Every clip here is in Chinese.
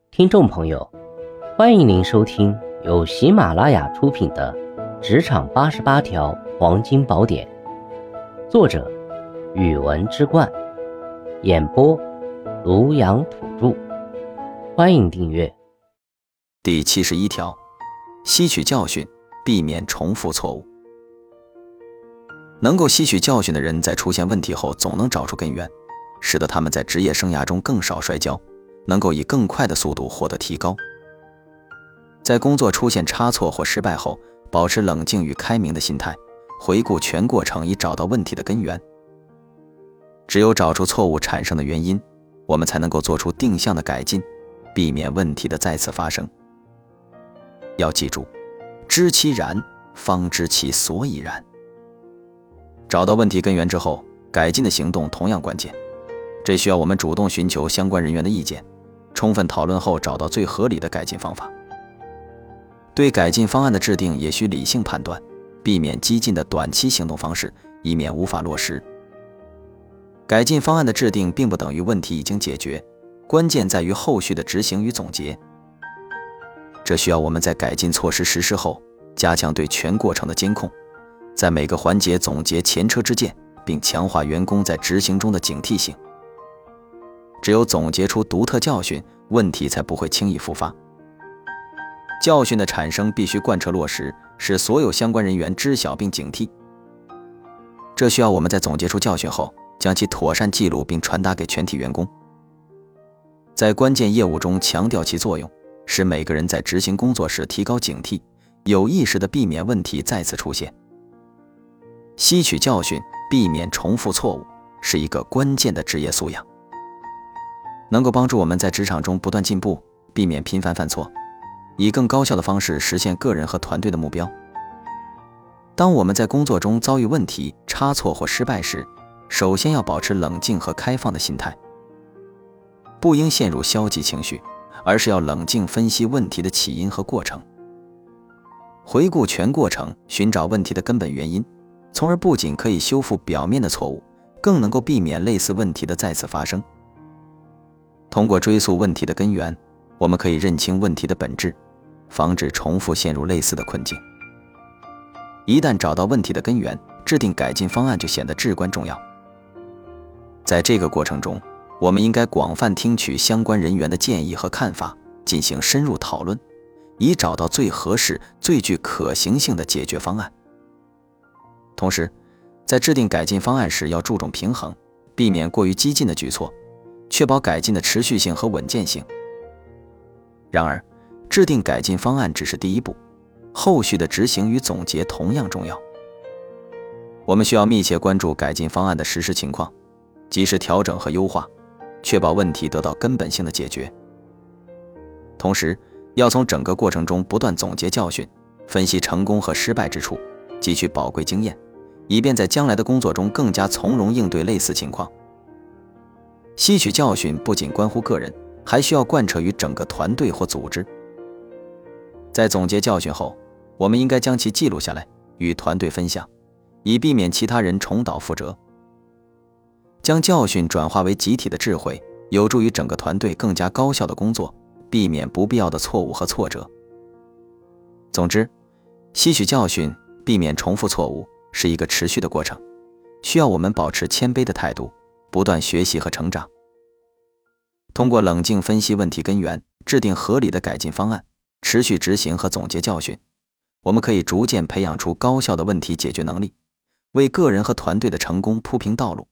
听众朋友，欢迎您收听由喜马拉雅出品的《职场88条黄金宝典》，作者语文之冠，演播庐阳土著。欢迎订阅。 第71条，吸取教训，避免重复错误。能够吸取教训的人，在出现问题后总能找出根源，使得他们在职业生涯中更少摔跤，能够以更快的速度获得提高。在工作出现差错或失败后，保持冷静与开明的心态，回顾全过程以找到问题的根源。只有找出错误产生的原因，我们才能够做出定向的改进，避免问题的再次发生。要记住，知其然，方知其所以然。找到问题根源之后，改进的行动同样关键。这需要我们主动寻求相关人员的意见，充分讨论后找到最合理的改进方法。对改进方案的制定也需理性判断，避免激进的短期行动方式，以免无法落实。改进方案的制定并不等于问题已经解决，关键在于后续的执行与总结。这需要我们在改进措施实施后，加强对全过程的监控，在每个环节总结前车之鉴，并强化员工在执行中的警惕性。只有总结出独特教训，问题才不会轻易复发。教训的产生必须贯彻落实，使所有相关人员知晓并警惕。这需要我们在总结出教训后，将其妥善记录并传达给全体员工，在关键业务中强调其作用，使每个人在执行工作时提高警惕，有意识地避免问题再次出现。吸取教训，避免重复错误，是一个关键的职业素养，能够帮助我们在职场中不断进步，避免频繁犯错，以更高效的方式实现个人和团队的目标。当我们在工作中遭遇问题、差错或失败时，首先要保持冷静和开放的心态，不应陷入消极情绪，而是要冷静分析问题的起因和过程，回顾全过程，寻找问题的根本原因，从而不仅可以修复表面的错误，更能够避免类似问题的再次发生。通过追溯问题的根源，我们可以认清问题的本质，防止重复陷入类似的困境。一旦找到问题的根源，制定改进方案就显得至关重要。在这个过程中，我们应该广泛听取相关人员的建议和看法，进行深入讨论，以找到最合适、最具可行性的解决方案。同时，在制定改进方案时要注重平衡，避免过于激进的举措，确保改进的持续性和稳健性。然而，制定改进方案只是第一步，后续的执行与总结同样重要。我们需要密切关注改进方案的实施情况，及时调整和优化，确保问题得到根本性的解决。同时，要从整个过程中不断总结教训，分析成功和失败之处，汲取宝贵经验，以便在将来的工作中更加从容应对类似情况。吸取教训不仅关乎个人，还需要贯彻于整个团队或组织。在总结教训后，我们应该将其记录下来，与团队分享，以避免其他人重蹈覆辙。将教训转化为集体的智慧，有助于整个团队更加高效的工作，避免不必要的错误和挫折。总之，吸取教训，避免重复错误，是一个持续的过程，需要我们保持谦卑的态度，不断学习和成长。通过冷静分析问题根源，制定合理的改进方案，持续执行和总结教训，我们可以逐渐培养出高效的问题解决能力，为个人和团队的成功铺平道路。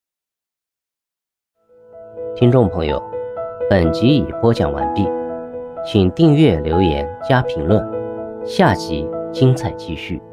听众朋友，本集已播讲完毕，请订阅、留言、加评论，下集精彩继续。